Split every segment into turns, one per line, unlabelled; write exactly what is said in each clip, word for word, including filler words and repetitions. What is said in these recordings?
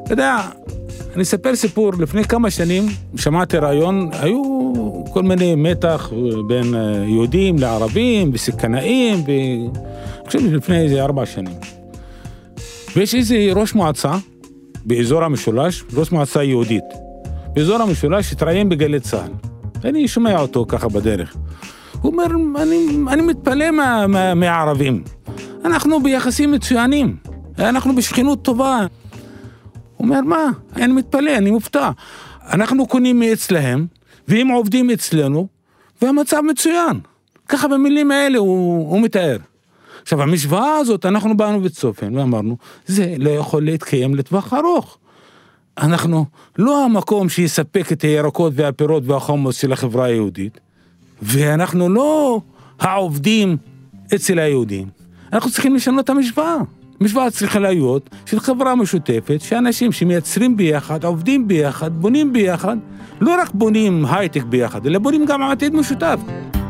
אתה יודע, אני אספר סיפור, לפני כמה שנים שמעתי רעיון, היו כל מיני מתח בין יהודים לערבים וסיכנאים, ו... אני חושב לפני איזה ארבע שנים. ויש איזה ראש מועצה באזור המשולש, ראש מועצה יהודית. באזור המשולש התראיין בגלי צה"ל. אני שומע אותו ככה בדרך. הוא אומר, אני, אני מתפלא מה, מה, מהערבים. אנחנו ביחסים מצוינים, אנחנו בשכנות טובה. הוא אומר, מה? אני מתפלא, אני מופתע. אנחנו קונים מאצלהם, והם עובדים אצלנו, והמצב מצוין. ככה במילים האלה הוא, הוא מתאר. עכשיו, המשוואה הזאת, אנחנו באנו בצופן, ואמרנו, זה לא יכול להתקיים לטווח ארוך. אנחנו לא המקום שיספק את הירקות והפירות והחומוס של החברה היהודית, ואנחנו לא העובדים אצל היהודים. אנחנו צריכים לשנות את המשוואה. המשוואה צריכה להיות של חברה משותפת, שאנשים שמייצרים ביחד, עובדים ביחד, בונים ביחד, לא רק בונים הייטק ביחד, אלא בונים גם עתיד משותף.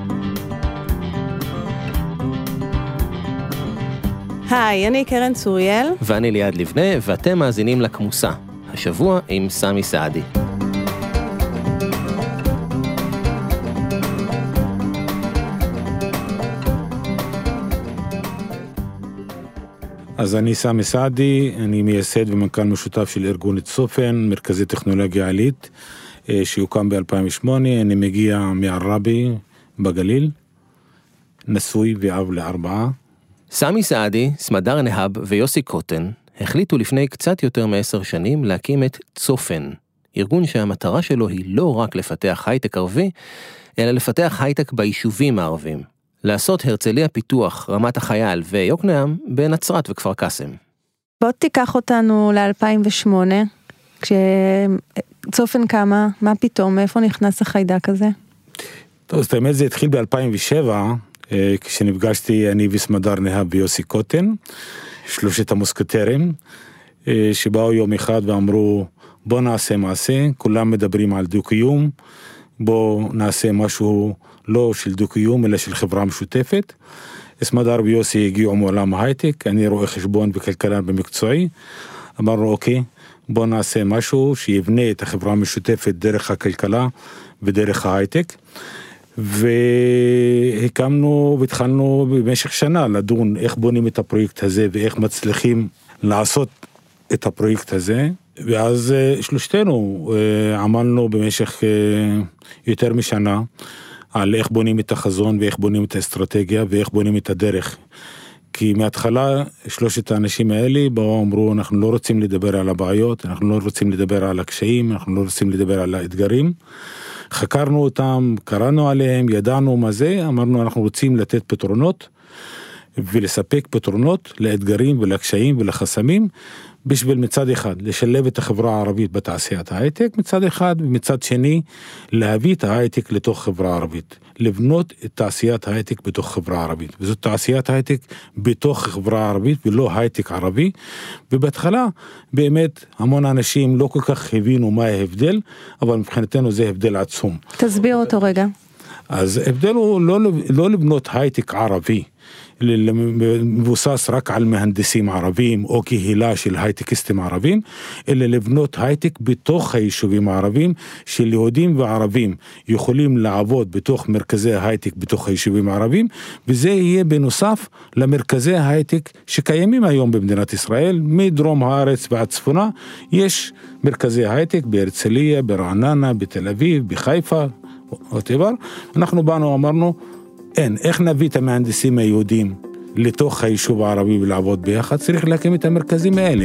היי, אני קרן צוריאל.
ואני ליעד לבנה, ואתם מאזינים לכמוסה. השבוע עם סמי סעדי.
אז אני סמי סעדי, אני מייסד ומנכ"ל משותף של ארגון צופן, מרכזי טכנולוגיה עילית, שיוקם ב-אלפיים ושמונה. אני מגיע מעראבה בגליל, נשוי ואב לארבעה.
סמי סעדי, סמדר נהב ויוסי קוטן החליטו לפני קצת יותר מעשר שנים להקים את צופן, ארגון שהמטרה שלו היא לא רק לפתח הייטק ערבי, אלא לפתח הייטק ביישובים הערבים. לעשות הרצליה פיתוח, רמת החייל ויוקנעם בנצרת וכפר קאסם.
בוא תיקח אותנו ל-אלפיים ושמונה, כשצופן קמה, מה פתאום, מאיפה נכנס החיידק הזה?
טוב, זאת אומרת, זה התחיל ב-אלפיים ושבע, כשנפגשתי אני וסמדר נהב ויוסי קוטן, שלושת המוסקטרים, שבאו יום אחד ואמרו, בוא נעשה מעשה, כולם מדברים על דו-קיום, בוא נעשה משהו לא של דו-קיום, אלא של חברה משותפת. סמדר ויוסי הגיעו מעולם ההייטק, אני רואה חשבון וכלכלן במקצועי, אמרנו, אוקיי, בוא נעשה משהו שיבנה את החברה המשותפת דרך הכלכלה ודרך ההייטק, והקמנו והתחלנו במשך שנה לדון איך בונים את הפרויקט הזה ואיך מצליחים לעשות את הפרויקט הזה. ואז שלושתנו עמלנו במשך יותר משנה על איך בונים את החזון ואיך בונים את האסטרטגיה ואיך בונים את הדרך. כי מההתחלה שלושת האנשים האלה באו אמרו, אנחנו לא רוצים לדבר על הבעיות, אנחנו לא רוצים לדבר על הקשיים, אנחנו לא רוצים לדבר על האתגרים. חקרנו אותם, קראנו עליהם, ידענו מה זה, אמרנו אנחנו רוצים לתת פתרונות ולספק פתרונות לאתגרים ולקשיים ולחסמים, בשביל מצד אחד לשלב את החברה הערבית בתעשיית ההייטק מצד אחד, ומצד שני להביא את ההייטק לתוך חברה ערבית, לבנות את תעשיית ההייטק בתוך חברה ערבית, וזאת תעשיית ההייטק בתוך חברה ערבית ולא הייטק ערבי. ובהתחלה באמת המון אנשים לא כל כך הבינו מה ההבדל, אבל מבחינתנו זה הבדל עצום.
תסביר אותו רגע.
אז הבדל הוא לא, לא לבנות הייטק ערבי, מבוסס רק על מהנדסים ערבים או קהילה של הייטקיסטים ערבים, אלא לבנות הייטק בתוך היישובים הערבים, של יהודים וערבים יכולים לעבוד בתוך מרכזי הייטק בתוך היישובים הערבים, וזה יהיה בנוסף למרכזי הייטק שקיימים היום במדינת ישראל, מדרום הארץ ועד צפונה, יש מרכזי הייטק בהרצליה, ברעננה, בתל אביב, בחיפה, whatever. אנחנו באנו, אמרנו, אין, איך נביא את המהנדסים היהודים לתוך היישוב הערבי ולעבוד ביחד? צריך להקים את המרכזים האלה.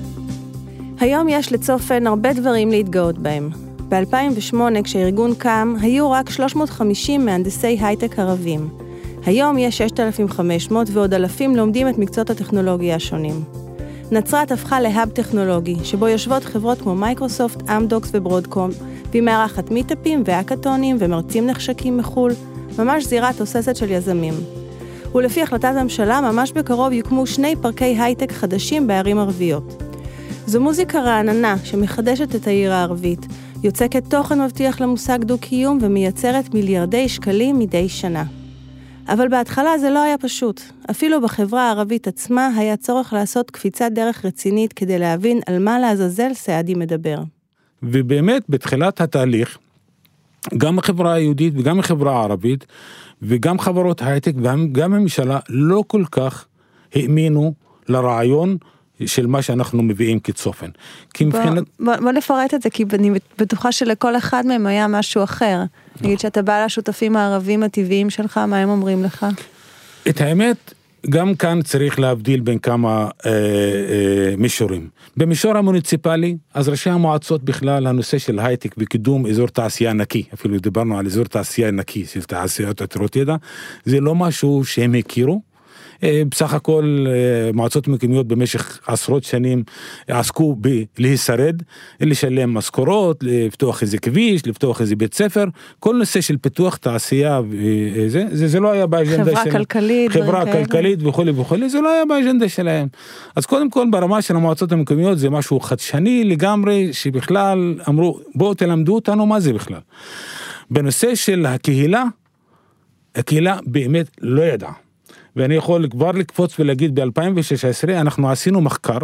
היום יש לצופן הרבה דברים להתגאות בהם. ב-אלפיים ושמונה כשארגון קם, היו רק שלוש מאות וחמישים מהנדסי הייטק ערבים. היום יש שישת אלפים וחמש מאות ועוד אלפים לומדים את מקצועות הטכנולוגיה השונים. נצרת הפכה להאב טכנולוגי, שבו יושבות חברות כמו מייקרוסופט, אמדוקס וברודקום, והיא מארחת מיטאפים והאקתונים ומרצים נחשקים מחול, ממש זירה תוססת של יזמים. ולפי החלטת הממשלה, ממש בקרוב יוקמו שני פארקי הייטק חדשים בערים ערביות. זו מוזיקה רעננה שמחדשת את העיר הערבית, יוצקת תוכן מבטיח למושג דו-קיום ומייצרת מיליארדי שקלים מדי שנה. אבל בהתחלה זה לא היה פשוט. אפילו בחברה הערבית עצמה היה צורך לעשות קפיצת דרך רצינית כדי להבין על מה לעזאזל סעדי מדבר.
ובאמת בתחילת התהליך, גם החברה היהודית וגם החברה הערבית, וגם חברות הייטק וגם הממשלה לא כל כך האמינו לרעיון של מה שאנחנו מביאים כצופן. כי
בוא,
מבחינת...
בוא, בוא נפרט את זה, כי אני בטוחה שלכל אחד מהם היה משהו אחר. נגיד שאתה בא לשותפים הערבים הטבעיים שלך, מה הם אומרים לך?
את האמת, גם כאן צריך להבדיל בין כמה אה, אה, מישורים. במישור המוניציפלי, אז ראשי המועצות בכלל, הנושא של הייטק וקידום אזור תעשייה נקי, אפילו דיברנו על אזור תעשייה נקי, של תעשיות עתירות ידע, זה לא משהו שהם הכירו. בסך הכל מועצות מקומיות במשך עשרות שנים עסקו בלהישרד, לשלם משכורות, לפתוח איזה כביש, לפתוח איזה בית ספר, כל נושא של פיתוח תעשייה, זה, זה, זה לא היה באג'נדה שלהם.
חברה כלכלית.
חברה כלכלית וכו' וכו', זה לא היה באג'נדה שלהם. אז קודם כל ברמה של המועצות המקומיות זה משהו חדשני לגמרי, שבכלל אמרו בואו תלמדו אותנו מה זה בכלל. בנושא של הקהילה, הקהילה באמת לא ידעה. ואני יכול כבר לקפוץ ולהגיד, ב-אלפיים ושש עשרה אנחנו עשינו מחקר,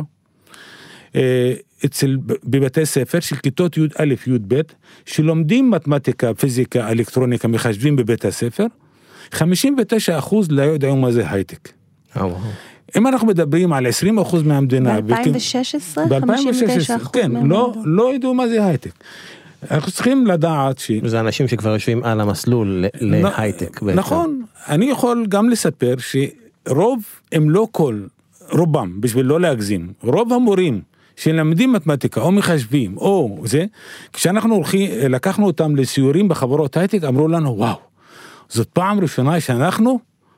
אה, אצל, בבתי ספר של כיתות י' א' י' ב', שלומדים מתמטיקה, פיזיקה, אלקטרוניקה, מחשבים בבית הספר, חמישים ותשעה אחוז לא יודעים מה זה הייטק.
Oh, wow.
אם אנחנו מדברים על עשרים אחוז מהמדינה,
ב-אלפיים ושש עשרה?
ב-אלפיים ושש עשרה, כן, לא, לא ידעו מה זה הייטק. אנחנו צריכים לדעת ש...
זה אנשים שכבר יושבים על המסלול להייטק.
נכון, אני יכול גם לספר שרוב, הם לא כל, רובם, בשביל לא להגזים, רוב המורים שלמדים מתמטיקה או מחשבים או זה, כשאנחנו הולכים, לקחנו אותם לסיורים בחברות הייטק, אמרו לנו, וואו, זאת פעם ראשונה שאנחנו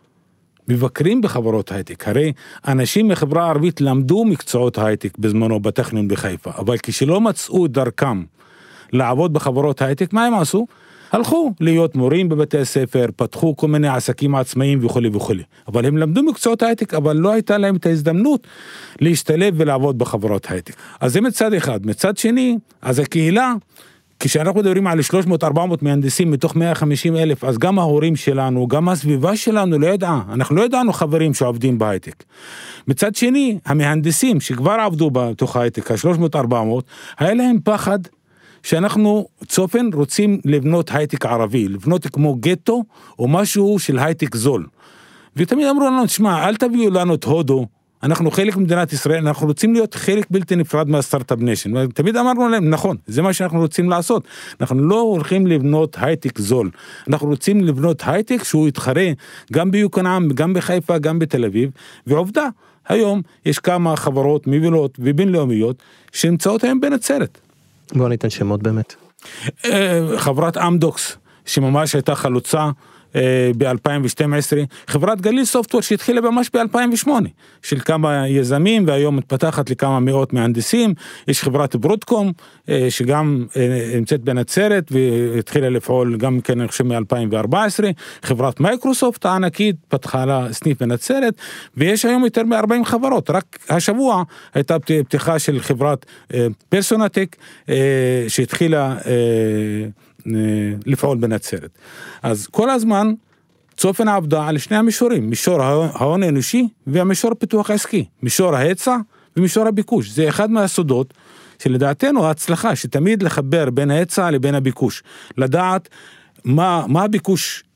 מבקרים בחברות הייטק. הרי אנשים מחברה ערבית למדו מקצועות הייטק בזמנו בטכניון בחיפה, אבל כשלא מצאו דרכם לעבוד בחברות הייטק, מה הם עשו? הלכו להיות מורים בבתי הספר, פתחו כל מיני עסקים עצמאיים וכו' וכו'. אבל הם למדו מקצועות הייטק, אבל לא הייתה להם את ההזדמנות להשתלב ולעבוד בחברות הייטק. אז זה מצד אחד. מצד שני, אז הקהילה, כשאנחנו מדברים על שלוש מאות ארבע מאות מהנדסים מתוך מאה וחמישים אלף, אז גם ההורים שלנו, גם הסביבה שלנו לא ידעה. אנחנו לא ידענו חברים שעובדים בהייטק. מצד שני, המהנדסים שכבר עבדו בתוך ההייטק, ה-שלוש מאות ארבע מאות, היה להם פחד שאנחנו צופן רוצים לבנות הייטק ערבי, לבנות כמו גטו או משהו של הייטק זול. ותמיד אמרו לנו, תשמע, אל תביאו לנו את הודו, אנחנו חלק ממדינת ישראל, אנחנו רוצים להיות חלק בלתי נפרד מהסטארט-אפ ניישן. תמיד אמרנו להם, נכון, זה מה שאנחנו רוצים לעשות. אנחנו לא הולכים לבנות הייטק זול. אנחנו רוצים לבנות הייטק שהוא יתחרה גם ביוקנעם, גם בחיפה, גם בתל אביב. ועובדה, היום יש כמה חברות מובילות ובינלאומיות שנמצאות היום בנצרת.
בואו ניתן שמות באמת.
חברת אמדוקס, שממש הייתה חלוצה ב-אלפיים ושתים עשרה, חברת גליל סופטוור שהתחילה ממש ב-אלפיים ושמונה, של כמה יזמים, והיום מתפתחת לכמה מאות מהנדסים. יש חברת ברודקום, שגם נמצאת בנצרת, והתחילה לפעול גם כן אני חושב מ-אלפיים וארבע עשרה, חברת מייקרוסופט הענקית, פתחה לה סניף בנצרת, ויש היום יותר מ-ארבעים חברות. רק השבוע הייתה פתיחה של חברת פרסונטק, שהתחילה לפעול בנצרת. אז כל הזמן צופן עבדה על שני המישורים, מישור ההון האנושי והמישור הפיתוח העסקי, מישור ההיצע ומישור הביקוש. זה אחד מהסודות שלדעתנו ההצלחה, שתמיד לחבר בין ההיצע לבין הביקוש, לדעת מה, מה הביקוש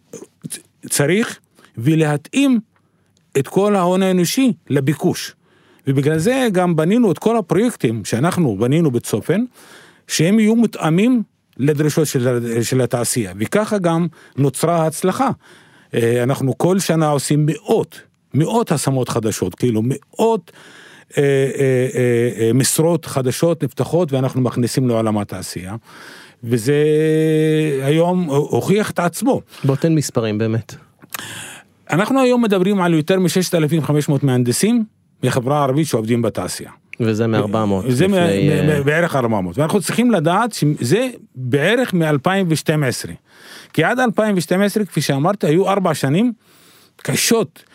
צריך ולהתאים את כל ההון האנושי לביקוש. ובגלל זה גם בנינו את כל הפרויקטים שאנחנו בנינו בצופן, שהם יהיו מותאמים לדרישות של, של התעשייה, וככה גם נוצרה ההצלחה. אנחנו כל שנה עושים מאות, מאות השמות חדשות, כאילו מאות אה, אה, אה, משרות חדשות נפתחות, ואנחנו מכניסים לעולם התעשייה, וזה היום הוכיח את עצמו.
בוא תן מספרים באמת.
אנחנו היום מדברים על יותר מ-ששת אלפים וחמש מאות מהנדסים, מחברה ערבית שעובדים בתעשייה.
וזה מ-ארבע מאות.
זה בערך ארבע מאות. ואנחנו צריכים לדעת שזה בערך מ-אלפיים ושתים עשרה. כי עד אלפיים ושתים עשרה, כפי שאמרת, היו ארבע שנים קשות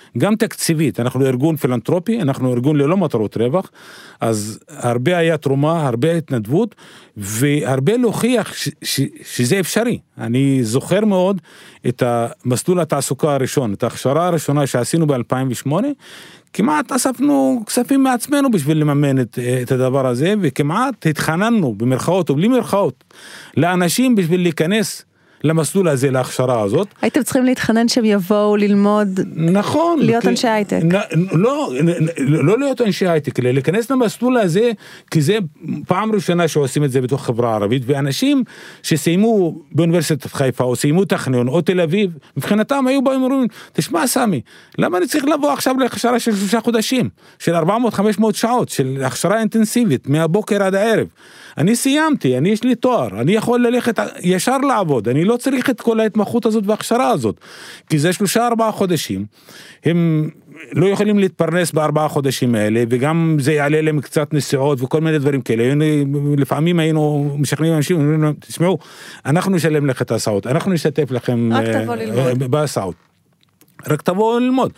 גם תקציבית, אנחנו ארגון פילנטרופי, אנחנו ארגון ללא מטרות רווח, אז הרבה היה תרומה, הרבה התנדבות, והרבה להוכיח ש- ש- שזה אפשרי. אני זוכר מאוד את המסלול התעסוקה הראשון, את ההכשרה הראשונה שעשינו ב-אלפיים ושמונה, כמעט אספנו כספים מעצמנו בשביל לממן את, את הדבר הזה, וכמעט התחננו במרכאות ובלי מרכאות לאנשים בשביל להיכנס למסלול הזה, להכשרה הזאת.
הייתם צריכים להתחנן שהם יבואו ללמוד,
נכון,
להיות
כי,
אנשי הייטק.
נ, לא, לא, לא להיות אנשי הייטק, להיכנס למסלול הזה, כי זה פעם ראשונה שעושים את זה בתוך חברה ערבית, ואנשים שסיימו באוניברסיטת חיפה, או סיימו טכניון, או תל אביב, מבחינתם היו באים ואומרים, תשמע סמי, למה אני צריך לבוא עכשיו להכשרה של שלושה חודשים, של ארבע מאות חמש מאות שעות, של הכשרה אינטנסיבית, מהבוקר עד הערב. אני סיימתי, אני יש לי תואר, אני יכול ללכת ישר לעבוד, אני לא צריך את כל ההתמחות הזאת וההכשרה הזאת, כי זה שלושה ארבעה חודשים, הם לא יכולים להתפרנס בארבעה חודשים האלה, וגם זה יעלה להם קצת נסיעות וכל מיני דברים כאלה. לפעמים היינו משכנעים אנשים, תשמעו, אנחנו נשלם לך את ההסעות, אנחנו נשתף לכם בהסעות, רק תבואו ללמוד.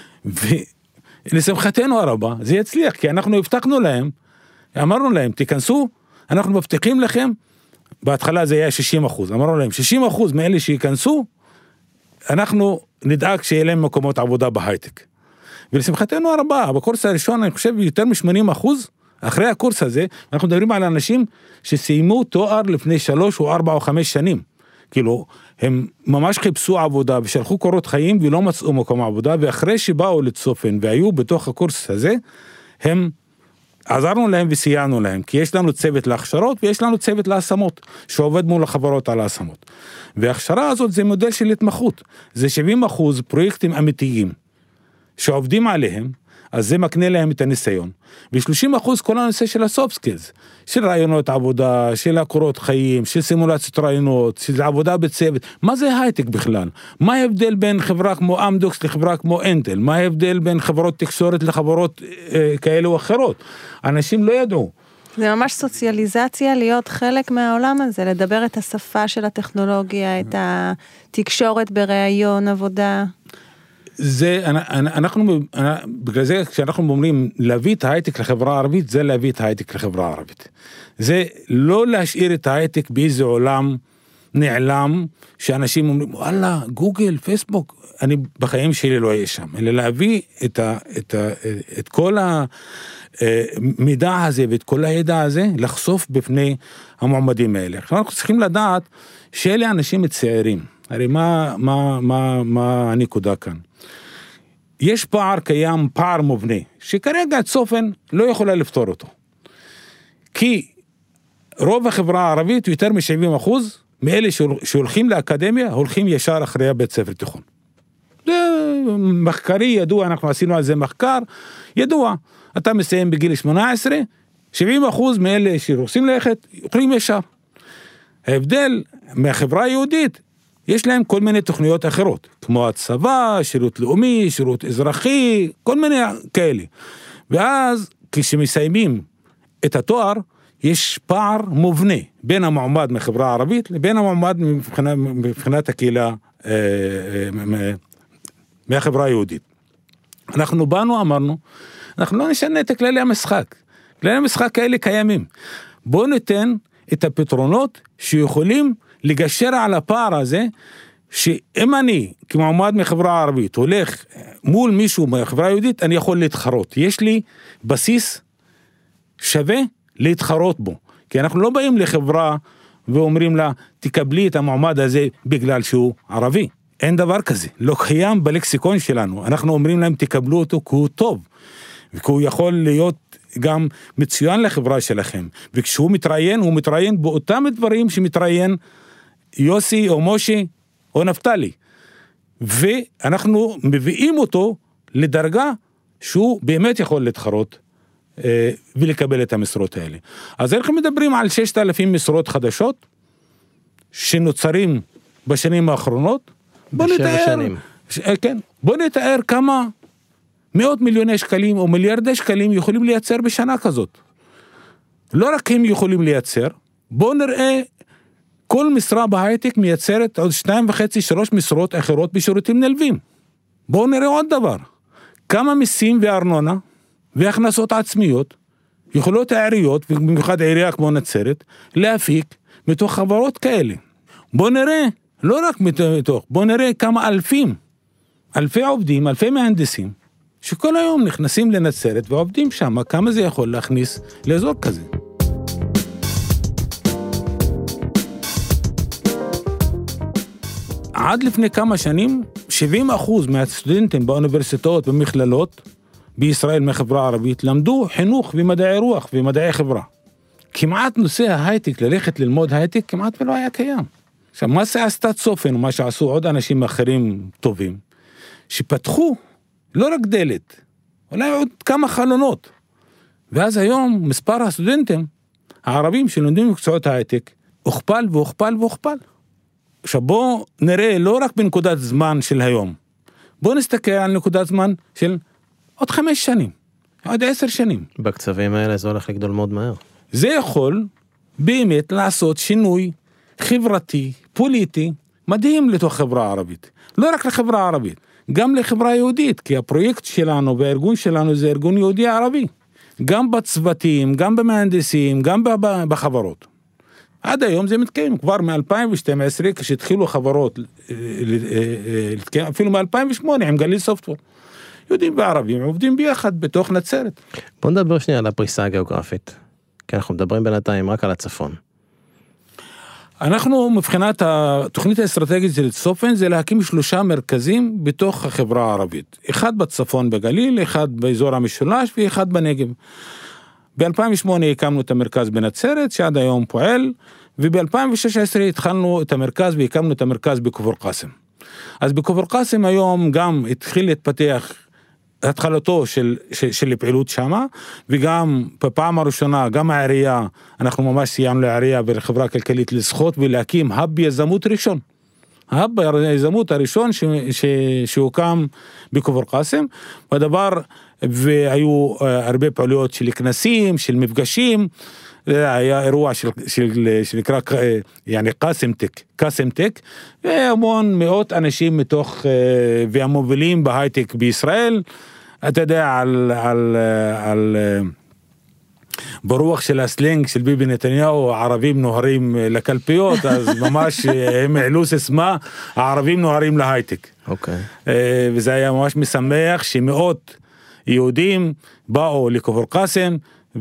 ולשמחתנו הרבה, זה יצליח, כי אנחנו הבטחנו להם, אמרנו להם, תיכנסו, אנחנו מבטיחים לכם, בהתחלה זה היה שישים אחוז, אמרנו להם, שישים אחוז מאלה שיכנסו, אנחנו נדאג שיהיה להם מקומות עבודה בהייטק. ולשמחתנו הרבה, בקורס הראשון, אני חושב, יותר מ-שמונים אחוז, אחרי הקורס הזה, אנחנו מדברים על אנשים שסיימו תואר לפני שלוש או ארבע או חמש שנים. כאילו, הם ממש חיפשו עבודה, ושלחו קורות חיים, ולא מצאו מקום עבודה, ואחרי שבאו לצופן, והיו בתוך הקורס הזה, הם עזרנו להם וסייענו להם, כי יש לנו צוות להכשרות, ויש לנו צוות להשמות, שעובד מול החברות על ההשמות. וההכשרה הזאת זה מודל של התמחות, זה שבעים אחוז פרויקטים אמיתיים, שעובדים עליהם, אז זה מקנה להם את הניסיון, ו-שלושים אחוז כל הנושא של הסופט סקילס, של רעיונות עבודה, של הקורות חיים, של סימולציות רעיונות, של עבודה בצוות. מה זה הייטק בכלל? מה ההבדל בין חברה כמו אמדוקס לחברה כמו אינטל? מה ההבדל בין חברות תקשורת לחברות אה, כאלה או אחרות? אנשים לא ידעו.
זה ממש סוציאליזציה להיות חלק מהעולם הזה, לדבר את השפה של הטכנולוגיה, את התקשורת בראיון עבודה.
זה, אנחנו, בגלל זה, כשאנחנו אומרים להביא את ההייטק לחברה הערבית, זה להביא את ההייטק לחברה הערבית. זה לא להשאיר את ההייטק באיזה עולם נעלם, שאנשים אומרים, וואלה, גוגל, פייסבוק, אני בחיים שלי לא אהיה שם, אלא להביא את, ה, את, ה, את כל המידע הזה ואת כל הידע הזה, לחשוף בפני המועמדים האלה. אנחנו צריכים לדעת שאלה אנשים צעירים. הרי מה, מה, מה, מה הנקודה כאן? יש פער קיים, פער מובנה, שכרגע צופן לא יכולה לפתור אותו. כי רוב החברה הערבית, יותר מ-שבעים אחוז, מאלה שהולכים לאקדמיה, הולכים ישר אחרי הבית ספר תיכון. זה מחקרי ידוע, אנחנו עשינו על זה מחקר, ידוע, אתה מסיים בגיל שמונה עשרה, שבעים אחוז מאלה שרוצים ללכת, הולכים ישר. ההבדל מהחברה היהודית, יש להם כל מיני תוכניות אחרות, כמו הצבא, שירות לאומי, שירות אזרחי, כל מיני כאלה. ואז כשמסיימים את התואר, יש פער מובנה בין המועמד מחברה הערבית לבין המועמד מבחינת, מבחינת הקהילה אה, אה, מהחברה היהודית. אנחנו באנו, אמרנו, אנחנו לא נשנה את כללי המשחק. כללי המשחק האלה קיימים. בואו ניתן את הפתרונות שיכולים לגשר על הפער הזה, שאם אני כמועמד מחברה הערבית הולך מול מישהו מחברה היהודית, אני יכול להתחרות. יש לי בסיס שווה להתחרות בו. כי אנחנו לא באים לחברה ואומרים לה, תקבלי את המועמד הזה בגלל שהוא ערבי. אין דבר כזה. לא קיים בלקסיקון שלנו. אנחנו אומרים להם, תקבלו אותו כי הוא טוב. וכי הוא יכול להיות גם מצוין לחברה שלכם. וכשהוא מתראיין, הוא מתראיין באותם דברים שמתראיין יוסי או מושי או נפתלי. ואנחנו מביאים אותו לדרגה שהוא באמת יכול להתחרות אה, ולקבל את המשרות האלה. אז אנחנו מדברים על ששת אלפים משרות חדשות שנוצרים בשנים האחרונות. בוא נתאר, ש, כן, בוא נתאר כמה מאות מיליוני שקלים או מיליארדי שקלים יכולים לייצר בשנה כזאת. לא רק הם יכולים לייצר, בוא נראה כל משרה בהייטק מייצרת עוד שתיים וחצי, שלוש משרות אחרות בשירותים נלווים. בואו נראה עוד דבר. כמה מיסים וארנונה והכנסות עצמיות יכולות העיריות, ובמיוחד העירייה כמו נצרת, להפיק מתוך חברות כאלה. בוא נראה, לא רק מתוך, בוא נראה כמה אלפים, אלפי עובדים, אלפי מהנדסים, שכל היום נכנסים לנצרת ועובדים שם, כמה זה יכול להכניס לאזור כזה. עד לפני כמה שנים, שבעים אחוז מהסטודנטים באוניברסיטאות ומכללות בישראל מהחברה הערבית למדו חינוך ומדעי רוח ומדעי חברה. כמעט נושא ההייטק, ללכת ללמוד הייטק, כמעט ולא היה קיים. עכשיו, מה שעשתה צופן, ומה שעשו עוד אנשים אחרים טובים, שפתחו לא רק דלת, אולי עוד כמה חלונות. ואז היום מספר הסטודנטים הערבים שלומדים במקצועות ההייטק, הוכפל והוכפל והוכפל. עכשיו בוא נראה לא רק בנקודת זמן של היום, בוא נסתכל על נקודת זמן של עוד חמש שנים, עוד עשר שנים.
בקצבים האלה זה הולך לגדול מאוד מהר.
זה יכול באמת לעשות שינוי חברתי, פוליטי, מדהים לתוך חברה הערבית. לא רק לחברה הערבית, גם לחברה יהודית, כי הפרויקט שלנו והארגון שלנו זה ארגון יהודי ערבי. גם בצוותים, גם במהנדסים, גם בחברות. עד היום זה מתקיים, כבר מ-אלפיים ושתים עשרה, כשהתחילו חברות, אפילו מ-אלפיים ושמונה, עם גליל סופטוור. יהודים וערבים עובדים ביחד בתוך נצרת.
בוא נדבר שנייה על הפריסה הגיאוגרפית, כי אנחנו מדברים בינתיים רק על הצפון.
אנחנו מבחינת התוכנית האסטרטגית של צופן, זה להקים שלושה מרכזים בתוך החברה הערבית. אחד בצפון בגליל, אחד באזור המשולש ואחד בנגב. ב-אלפיים ושמונה הקמנו את המרכז בנצרת, שעד היום פועל, וב-אלפיים ושש עשרה התחלנו את המרכז והקמנו את המרכז בכפר קאסם. אז בכפר קאסם היום גם התחיל להתפתח התחלתו של, של, של פעילות שמה, וגם בפעם הראשונה, גם העירייה, אנחנו ממש סיימנו לעירייה ולחברה כלכלית לזכות ולהקים האב יזמות ראשון. האב היזמות הראשון ש, ש, שהוקם בכפר קאסם, והדבר, והיו הרבה פעולות של כנסים, של מפגשים, היה אירוע של, של, שנקרא, יעני קאסם טק, קאסם טק, והמון מאות אנשים מתוך, והמובילים בהייטק בישראל, אתה יודע, על, על, על, ברוח של הסלנג של ביבי נתניהו, הערבים נוהרים לקלפיות, אז ממש הם העלו סיסמה, הערבים נוהרים להייטק.
אוקיי.
וזה היה ממש משמח שמאות יהודים באו לכפר קאסם,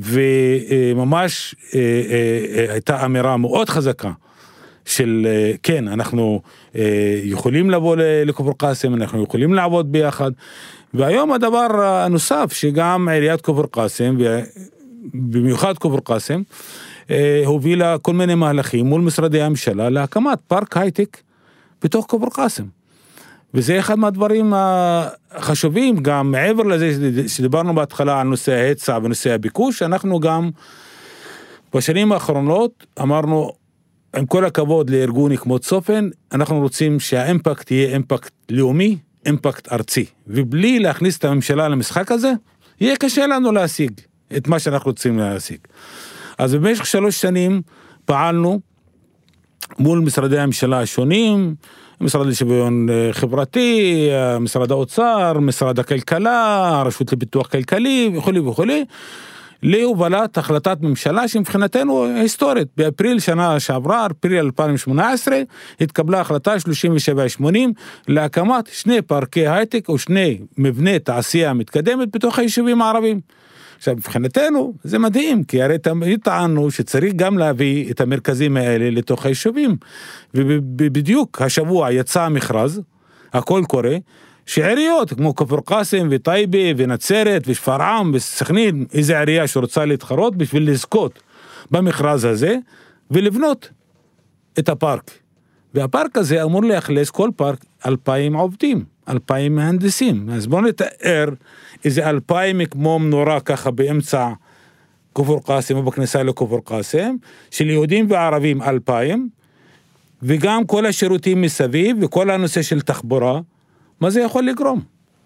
וממש הייתה אמירה מאוד חזקה של כן, אנחנו יכולים לבוא לכפר קאסם, אנחנו יכולים לעבוד ביחד. והיום הדבר הנוסף שגם עיריית כפר קאסם, במיוחד כפר קאסם, הובילה כל מיני מהלכים מול משרדי הממשלה להקמת פארק הייטק בתוך כפר קאסם. וזה אחד מהדברים החשובים, גם מעבר לזה שדיברנו בהתחלה על נושא ההיצע ונושא הביקוש, אנחנו גם בשנים האחרונות אמרנו, עם כל הכבוד לארגון כמו צופן, אנחנו רוצים שהאימפקט יהיה אימפקט לאומי, אימפקט ארצי, ובלי להכניס את הממשלה למשחק הזה, יהיה קשה לנו להשיג את מה שאנחנו רוצים להשיג. אז במשך שלוש שנים פעלנו מול משרדי הממשלה השונים, משרד לשוויון חברתי, משרד האוצר, משרד הכלכלה, הרשות לפיתוח כלכלי וכו' וכו', להובלת החלטת ממשלה שמבחינתנו היסטורית. באפריל שנה שעברה, אפריל אלפיים ושמונה עשרה, התקבלה החלטה שלושים ושבע שמונים להקמת שני פארקי הייטק או שני מבני תעשייה מתקדמת בתוך היישובים הערבים. עכשיו, מבחינתנו זה מדהים, כי הרי תמיד טענו שצריך גם להביא את המרכזים האלה לתוך היישובים. ובדיוק השבוע יצא המכרז, הכל קורה, שעיריות כמו כפר קאסם וטייבה ונצרת ושפרעם וסכנין, איזה עירייה שרוצה להתחרות בשביל לזכות במכרז הזה, ולבנות את הפארק. והפארק הזה אמור לאכלס כל פארק אלפיים עובדים, אלפיים מהנדסים. אז בואו נתאר איזה אלפיים כמו מנורה ככה באמצע כפר קאסם או בכניסה לכפר קאסם, של יהודים וערבים אלפיים, וגם כל השירותים מסביב וכל הנושא של תחבורה, מה זה יכול לגרום?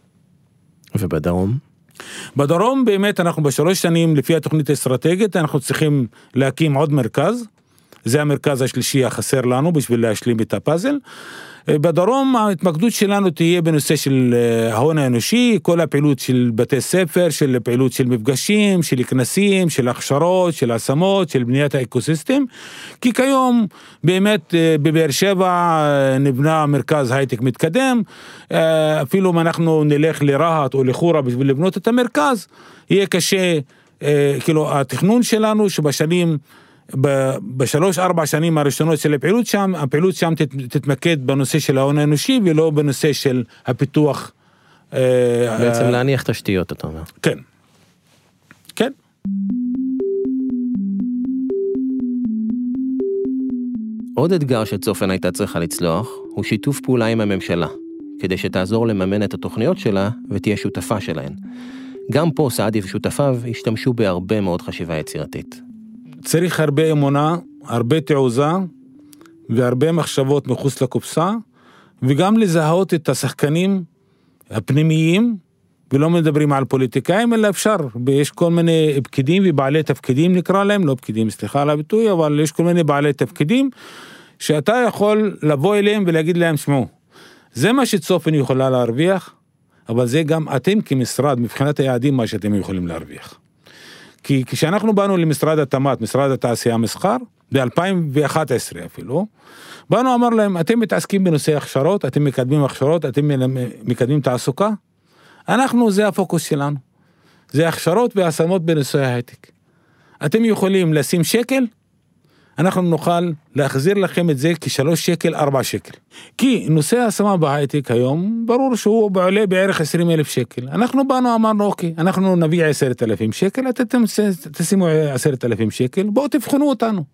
ובדרום?
בדרום באמת אנחנו בשלוש שנים לפי התוכנית האסטרטגית, אנחנו צריכים להקים עוד מרכז, זה המרכז השלישי החסר לנו בשביל להשלים את הפאזל. בדרום ההתמקדות שלנו תהיה בנושא של ההון האנושי, כל הפעילות של בתי ספר, של פעילות של מפגשים, של כנסים, של הכשרות, של השמות, של בניית האקוסיסטם, כי כיום באמת בבאר שבע נבנה מרכז הייטק מתקדם, אפילו אם אנחנו נלך לרהט או לחורה בשביל לבנות את המרכז, יהיה קשה, כאילו התכנון שלנו שבשנים בשלוש ארבע שנים הראשונות של הפעילות שם, הפעילות שם תתמקד בנושא של ההון האנושי ולא בנושא של הפיתוח.
בעצם להניח תשתיות, אתה אומר.
כן. כן.
עוד אתגר שצופן הייתה צריכה לצלוח הוא שיתוף פעולה עם הממשלה, כדי שתעזור לממן את התוכניות שלה ותהיה שותפה שלהן. גם פה סעדי ושותפיו השתמשו בהרבה מאוד חשיבה יצירתית.
צריך הרבה אמונה, הרבה תעוזה, והרבה מחשבות מחוץ לקופסה, וגם לזהות את השחקנים הפנימיים, ולא מדברים על פוליטיקאים, אלא אפשר, יש כל מיני פקידים ובעלי תפקידים נקרא להם, לא פקידים, סליחה על הביטוי, אבל יש כל מיני בעלי תפקידים, שאתה יכול לבוא אליהם ולהגיד להם, שמעו, זה מה שצופן יכולה להרוויח, אבל זה גם אתם כמשרד, מבחינת היעדים, מה שאתם יכולים להרוויח. כי כשאנחנו באנו למשרד התמ"ת, משרד התעשייה המסחר, ב-אלפיים ואחת עשרה אפילו, באנו אמר להם, אתם מתעסקים בנושא הכשרות, אתם מקדמים הכשרות, אתם מקדמים תעסוקה, אנחנו, זה הפוקוס שלנו. זה הכשרות והשמות בנושא ההייטק. אתם יכולים לשים שקל, אנחנו נוכל להחזיר לכם את זה כשלוש שקל, ארבע שקל. כי נושא השמה בהייטק היום, ברור שהוא עולה בערך עשרים אלף שקל. אנחנו באנו, אמרנו, אוקיי, אנחנו נביא עשרת אלפים שקל, אתם תשימו עשרת אלפים שקל, בואו תבחנו אותנו.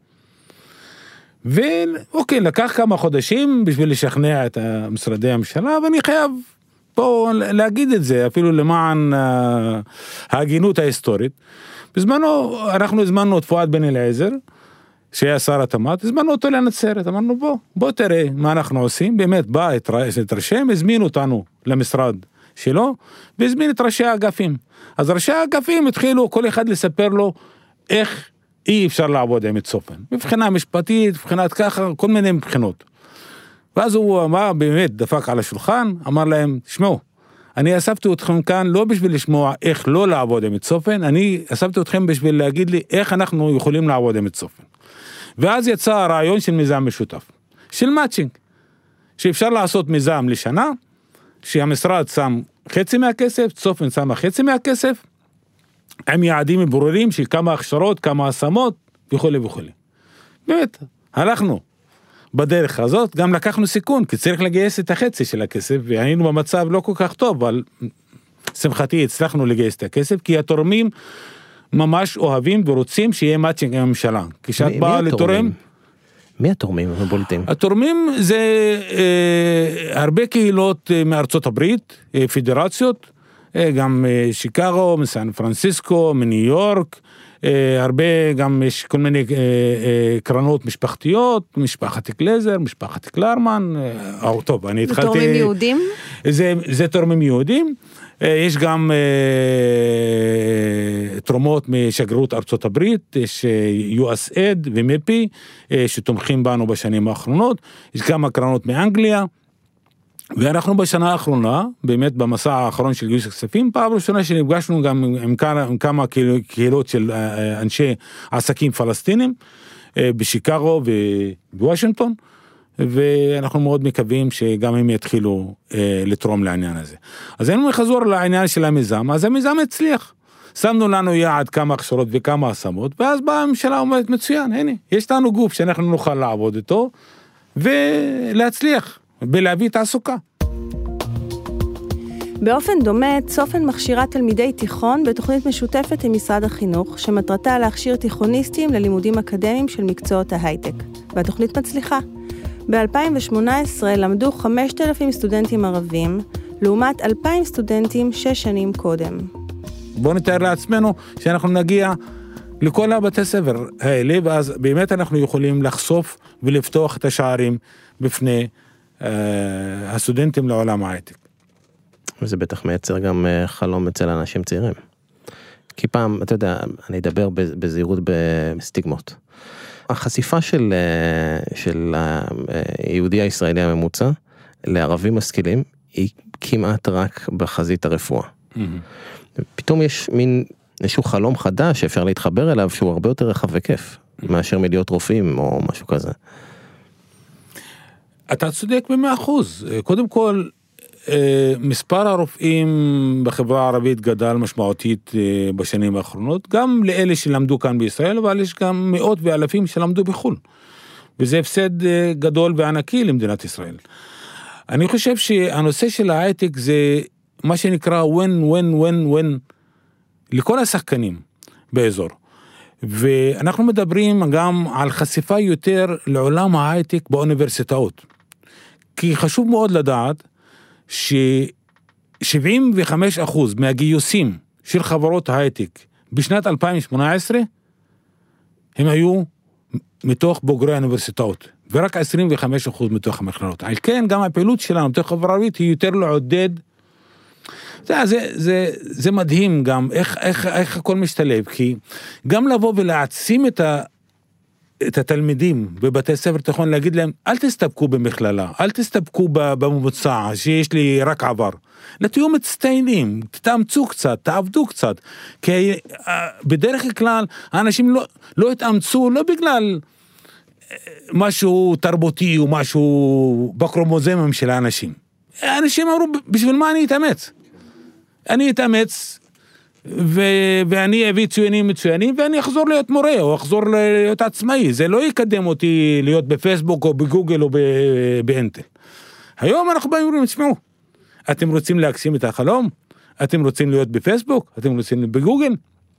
ואוקיי, לקח כמה חודשים בשביל לשכנע את משרדי הממשלה, ואני חייב פה להגיד את זה, אפילו למען ההגינות ההיסטורית. בזמנו, אנחנו הזמנו את פואד בן אליעזר, שהיה שר התמ"ת, הזמנו אותו לנצרת, אמרנו בוא, בוא תראה מה אנחנו עושים, באמת בא, התרשם, הזמין אותנו למשרד שלו, והזמין את ראשי האגפים. אז ראשי האגפים התחילו כל אחד לספר לו איך אי אפשר לעבוד עם צופן, מבחינה משפטית, מבחינת ככה, כל מיני מבחינות. ואז הוא אמר, באמת דפק על השולחן, אמר להם, שמעו, אני אספתי אתכם כאן לא בשביל לשמוע איך לא לעבוד עם צופן, אני אספתי אתכם בשביל להגיד לי איך אנחנו יכולים לעבוד עם צופן. ואז יצא הרעיון של מיזם משותף, של מאצ'ינג, שאפשר לעשות מיזם לשנה, שהמשרד שם חצי מהכסף, צופן שם חצי מהכסף, עם יעדים ברורים של כמה הכשרות, כמה השמות, וכו' וכו'. באמת, הלכנו בדרך הזאת, גם לקחנו סיכון, כי צריך לגייס את החצי של הכסף, והיינו במצב לא כל כך טוב, אבל שמחתי הצלחנו לגייס את הכסף, כי התורמים ממש אוהבים ורוצים שיהיה מאצ'ינג עם הממשלה. כשאת באה לתורם...
מי התורמים הבולטים?
התורמים זה אה, הרבה קהילות אה, מארצות הברית, אה, פדרציות, אה, גם אה, שיקגו, מסן פרנסיסקו, מניו יורק, אה, הרבה גם יש כל מיני אה, אה, קרנות משפחתיות, משפחת קלזר, משפחת קלרמן, אה, טוב, אני התחלתי...
זה תורמים יהודים?
זה, זה תורמים יהודים. יש גם uh, תרומות משגרירות ארצות הברית, יש יו אס איי די ומפי, uh, שתומכים בנו בשנים האחרונות, יש כמה קרנות מאנגליה, ואנחנו בשנה האחרונה, באמת במסע האחרון של גיוס הכספים, פעם ראשונה שנפגשנו גם עם, עם, עם כמה קהילות של uh, אנשי עסקים פלסטינים, uh, בשיקגו ובוושינגטון, ואנחנו מאוד מקווים שגם הם יתחילו אה, לתרום לעניין הזה. אז אם נחזור לעניין של המיזם, אז המיזם הצליח. שמנו לנו יעד כמה הכשרות וכמה השמות, ואז באה הממשלה אומרת, מצוין, הנה, יש לנו גוף שאנחנו נוכל לעבוד איתו, ולהצליח, ולהביא תעסוקה.
באופן דומה, צופן מכשירה תלמידי תיכון בתוכנית משותפת עם משרד החינוך, שמטרתה להכשיר תיכוניסטים ללימודים אקדמיים של מקצועות ההייטק, והתוכנית מצליחה. ב-אלפיים שמונה עשרה למדו חמשת אלפים סטודנטים ערבים, לעומת אלפיים סטודנטים שש שנים קודם.
בואו נתאר לעצמנו שאנחנו נגיע לכל הבתי ספר האלה, ואז באמת אנחנו יכולים לחשוף ולפתוח את השערים בפני אה, הסטודנטים לעולם ההייטק.
וזה בטח מייצר גם חלום אצל אנשים צעירים. כי פעם, אתה יודע, אני אדבר בזהירות בסטיגמות. החשיפה של, של היהודי הישראלי הממוצע לערבים משכילים היא כמעט רק בחזית הרפואה. Mm-hmm. פתאום יש מין איזשהו חלום חדש שאפשר להתחבר אליו שהוא הרבה יותר רחב וכיף מאשר מלהיות רופאים או משהו כזה.
אתה צודק במאה אחוז. קודם כל, מספר הרופאים בחברה הערבית גדל משמעותית בשנים האחרונות, גם לאלה שלמדו כאן בישראל, אבל יש גם מאות ואלפים שלמדו בחו"ל. וזה הפסד גדול וענקי למדינת ישראל. אני חושב שהנושא של ההייטק זה מה שנקרא win, win, win, win לכל השחקנים באזור. ואנחנו מדברים גם על חשיפה יותר לעולם ההייטק באוניברסיטאות. כי חשוב מאוד לדעת ש-שבעים וחמישה אחוז מהגיוסים של חברות ההייטק בשנת אלפיים שמונה עשרה הם היו מתוך בוגרי האוניברסיטאות, ורק עשרים וחמישה אחוז מתוך המכללות. על כן גם הפעילות שלנו בתוך החברה הערבית היא יותר לעודד. זה, זה, זה, זה מדהים גם איך, איך, איך הכל משתלב, כי גם לבוא ולהעצים את ה... את התלמידים בבתי ספר תיכון, להגיד להם, אל תסתפקו במכללה, אל תסתפקו בממוצע, שיש לי רק עבר. תהיו מצטיינים, תתאמצו קצת, תעבדו קצת. כי בדרך כלל, האנשים לא, לא התאמצו, לא בגלל משהו תרבותי, או משהו בקרומוזמים של האנשים. האנשים אמרו, בשביל מה אני אתאמץ? אני אתאמץ, ו- ואני אביא ציונים מצוינים, ואני אחזור להיות מורה, או אחזור להיות עצמאי. זה לא יקדם אותי להיות בפייסבוק, או בגוגל, או ב- באנטל. היום אנחנו באים ואומרים, תשמעו, אתם רוצים להגשים את החלום? אתם רוצים להיות בפייסבוק? אתם רוצים להיות בגוגל?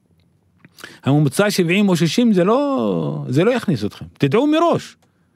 הממוצע שבעים או שישים, זה לא, זה לא יכניס אתכם. תדעו מראש.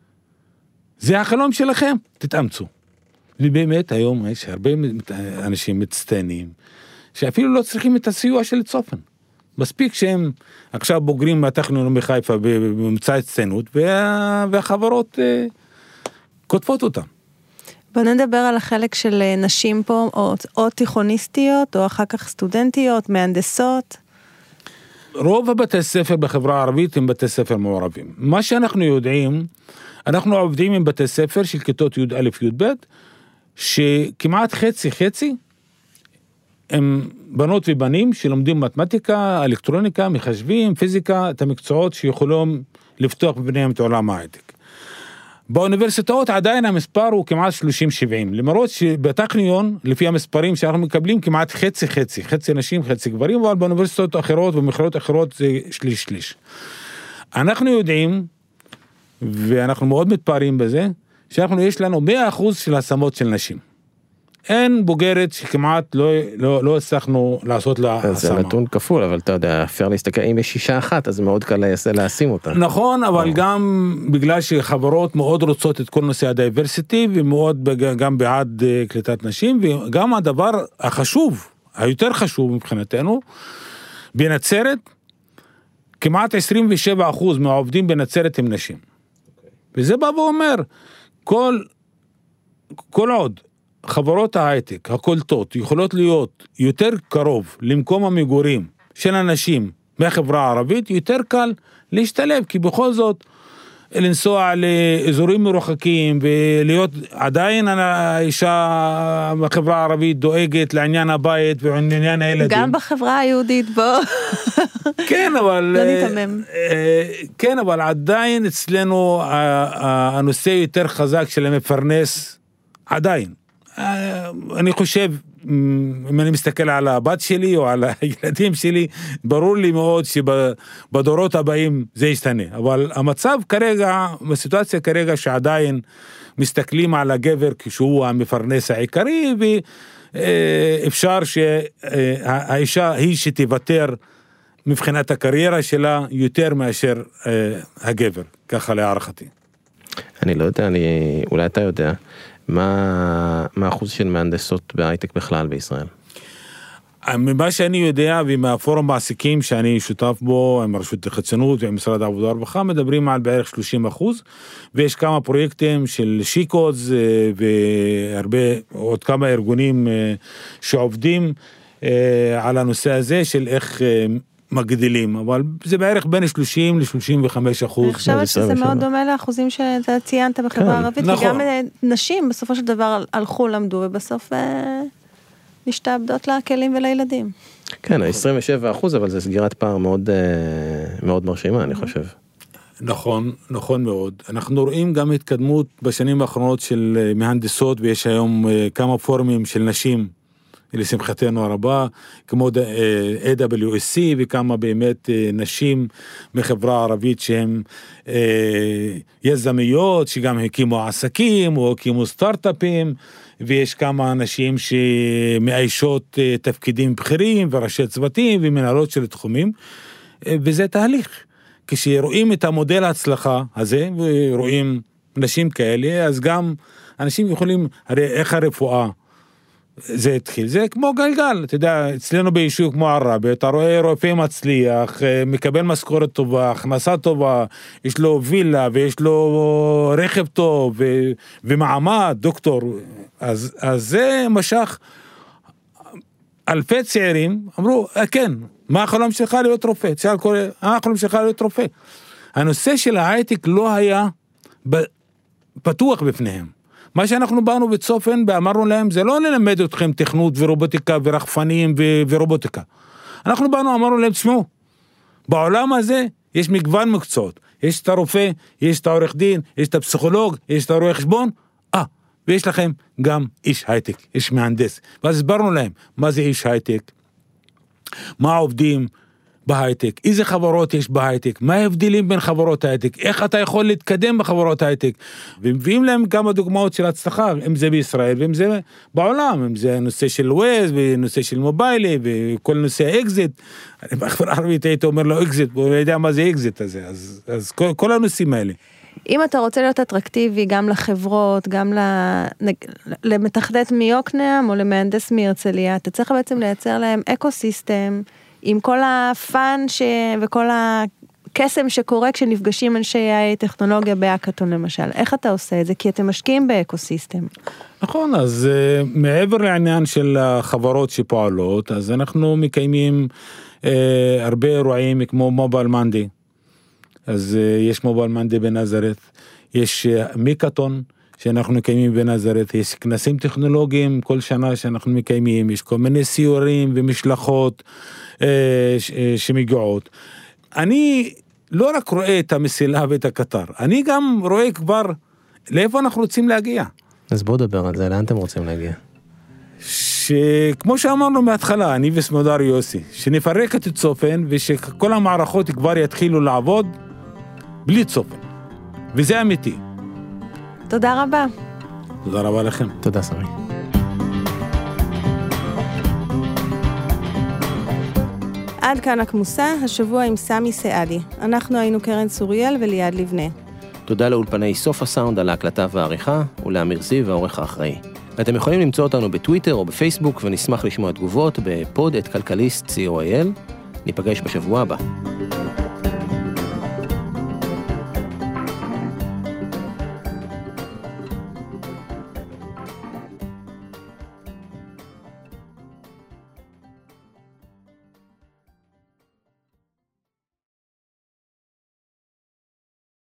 זה החלום שלכם, תתאמצו. ובאמת, היום יש הרבה אנשים מצטיינים, שאפילו לא צריכים את הסיוע של צופן. מספיק שהם עכשיו בוגרים מהטכניון בחיפה בממצא הצטיינות, וה, והחברות אה, כותפות אותם.
בוא נדבר על החלק של נשים פה, או, או תיכוניסטיות, או אחר כך סטודנטיות, מהנדסות.
רוב הבתי ספר בחברה הערבית הם בתי ספר מעורבים. מה שאנחנו יודעים, אנחנו עובדים עם בתי ספר של כיתות י' א' י' ב', שכמעט חצי חצי, הם בנות ובנים שלומדים מתמטיקה, אלקטרוניקה, מחשבים, פיזיקה, את המקצועות שיכולים לפתוח בבניהם את עולם ההייטק. באוניברסיטאות עדיין המספר הוא כמעט שלושים שבעים, למרות שבטכניון, לפי המספרים שאנחנו מקבלים, כמעט חצי חצי, חצי נשים, חצי גברים, אבל באוניברסיטאות אחרות ובמכללות אחרות זה שליש שליש. אנחנו יודעים, ואנחנו מאוד מתפארים בזה, שאנחנו יש לנו מאה אחוז של השמות של נשים. אין בוגרת שכמעט לא, לא, לא הצלחנו לעשות לה השמה.
זה נתון כפול, אבל אתה יודע, אפשר להסתכל, אם יש שישה אחת, אז מאוד קל להשים אותה.
נכון, אבל גם בגלל שחברות מאוד רוצות את כל נושא הדייברסיטי, ומאוד גם בעד קליטת נשים, וגם הדבר החשוב, היותר חשוב מבחינתנו, בנצרת, כמעט עשרים ושבעה אחוז מהעובדים בנצרת הם נשים. וזה בא ואומר, כל, כל עוד, חברות ההייטק, הקולטות, יכולות להיות יותר קרוב למקום המגורים של אנשים מהחברה הערבית, יותר קל להשתלב, כי בכל זאת לנסוע לאזורים מרוחקים, ולהיות עדיין האישה בחברה הערבית דואגת לעניין הבית ועניין הילדים.
גם בחברה היהודית בו.
כן, אבל...
לא נתמם.
כן, אבל עדיין אצלנו הנושא יותר חזק של המפרנס, עדיין. אני חושב, אם אני מסתכל על הבת שלי או על הילדים שלי, ברור לי מאוד שבדורות הבאים זה ישתנה. אבל המצב כרגע, בסיטואציה כרגע שעדיין מסתכלים על הגבר כשהוא המפרנס העיקרי, ואפשר שהאישה היא שתוותר מבחינת הקריירה שלה יותר מאשר הגבר, ככה להערכתי.
אני לא יודע, אני, אולי אתה יודע, מה, מה האחוז של מהנדסות בהייטק בכלל בישראל?
ממה שאני יודע, ומהפורום מעסיקים שאני שותף בו, עם הרשות לחדשנות ועם משרד העבודה והרווחה, מדברים על בערך שלושים אחוז, ויש כמה פרויקטים של שיקוז, והרבה, עוד כמה ארגונים שעובדים על הנושא הזה, של איך מגדילים, אבל זה בערך בין שלושים ל-שלושים וחמישה אחוז.
אני חושבת שזה מאוד דומה לאחוזים שאתה ציינת בחברה הערבית, כי גם נשים בסופו של דבר הלכו, למדו, ובסוף משתעבדות לכלים ולילדים.
כן, ה-עשרים ושבעה אחוז, אבל זה סגירת פער מאוד, מאוד מרשימה, אני חושב.
נכון, נכון מאוד. אנחנו רואים גם התקדמות בשנים האחרונות של מהנדסות, ויש היום כמה פורומים של נשים, לשמחתנו הרבה, כמו איי דאבליו אס סי, וכמה באמת נשים מחברה הערבית שהן יזמיות, שגם הקימו עסקים, או הקימו סטארט-אפים, ויש כמה אנשים שמאיישות תפקידים בכירים, וראשי צוותים, ומנהלות של תחומים, וזה תהליך. כשרואים את המודל ההצלחה הזה, ורואים נשים כאלה, אז גם אנשים יכולים, הרי איך הרפואה, זה התחיל, זה כמו גלגל, אתה יודע, אצלנו ביישוב כמו ערבה, אתה רואה רופא מצליח, מקבל משכורת טובה, הכנסה טובה, יש לו וילה, ויש לו רכב טוב, ו- ומעמד, דוקטור, אז, אז זה משך, אלפי צעירים אמרו, כן, מה החלום שלך להיות רופא? תשאל כל, מה החלום שלך להיות רופא? הנושא של ההייטק לא היה פתוח בפניהם. מה שאנחנו באנו בצופן ואמרנו להם, זה לא ללמד אתכם תכנות ורובוטיקה ורחפנים ו- ורובוטיקה. אנחנו באנו, אמרנו להם, תשמעו, בעולם הזה יש מגוון מקצועות. יש את הרופא, יש את העורך דין, יש את הפסיכולוג, יש את הרואה חשבון, אה, ויש לכם גם איש הייטק, איש מהנדס. ואז הסברנו להם, מה זה איש הייטק? מה העובדים בהייטק? איזה חברות יש בהייטק? מה ההבדלים בין חברות ההייטק? איך אתה יכול להתקדם בחברות ההייטק? ומביאים להם כמה דוגמאות של הצלחה, אם זה בישראל ואם זה בעולם, אם זה נושא של ווייז ונושא של מוביילי וכל נושא אקזיט. אני בחברה הערבית הייתי אומר לו אקזיט, הוא לא יודע מה זה אקזיט הזה, אז, אז כל, כל הנושאים האלה.
אם אתה רוצה להיות אטרקטיבי גם לחברות, גם למתכנת מיוקנעם או למהנדס מהרצליה, אתה צריך בעצם לייצר להם אקוסיסטם, עם כל הפאן ש... וכל הקסם שקורה כשנפגשים אנשי טכנולוגיה בהאקתון למשל. איך אתה עושה את זה? כי אתם משקיעים באקוסיסטם.
נכון, אז uh, מעבר לעניין של החברות שפועלות, אז אנחנו מקיימים uh, הרבה אירועים כמו מובייל מנדי. אז uh, יש מובייל מנדי בנזרת, יש uh, מיקאטון שאנחנו מקיימים בנזרת, יש כנסים טכנולוגיים כל שנה שאנחנו מקיימים, יש כל מיני סיורים ומשלחות אה, ש, אה, שמגיעות. אני לא רק רואה את המסילה ואת הקטר, אני גם רואה כבר לאיפה אנחנו רוצים להגיע.
אז בואו דבר על זה, לאן אתם רוצים להגיע?
שכמו שאמרנו מההתחלה, אני וסמדר יוסי, שנפרק את צופן ושכל המערכות כבר יתחילו לעבוד בלי צופן. וזה אמיתי.
תודה רבה.
תודה רבה לכם.
תודה סמי.
עד כאן הכמוסה, השבוע עם סמי סעדי. אנחנו היינו קרן סוריאל וליעד לבנה.
תודה לאולפני סוף הסאונד על ההקלטה והעריכה, ולאמיר זיו העורך האחראי. אתם יכולים למצוא אותנו בטוויטר או בפייסבוק, ונשמח לשמוע תגובות בפוד את כלכליסט סי או איי אל. ניפגש בשבוע הבא.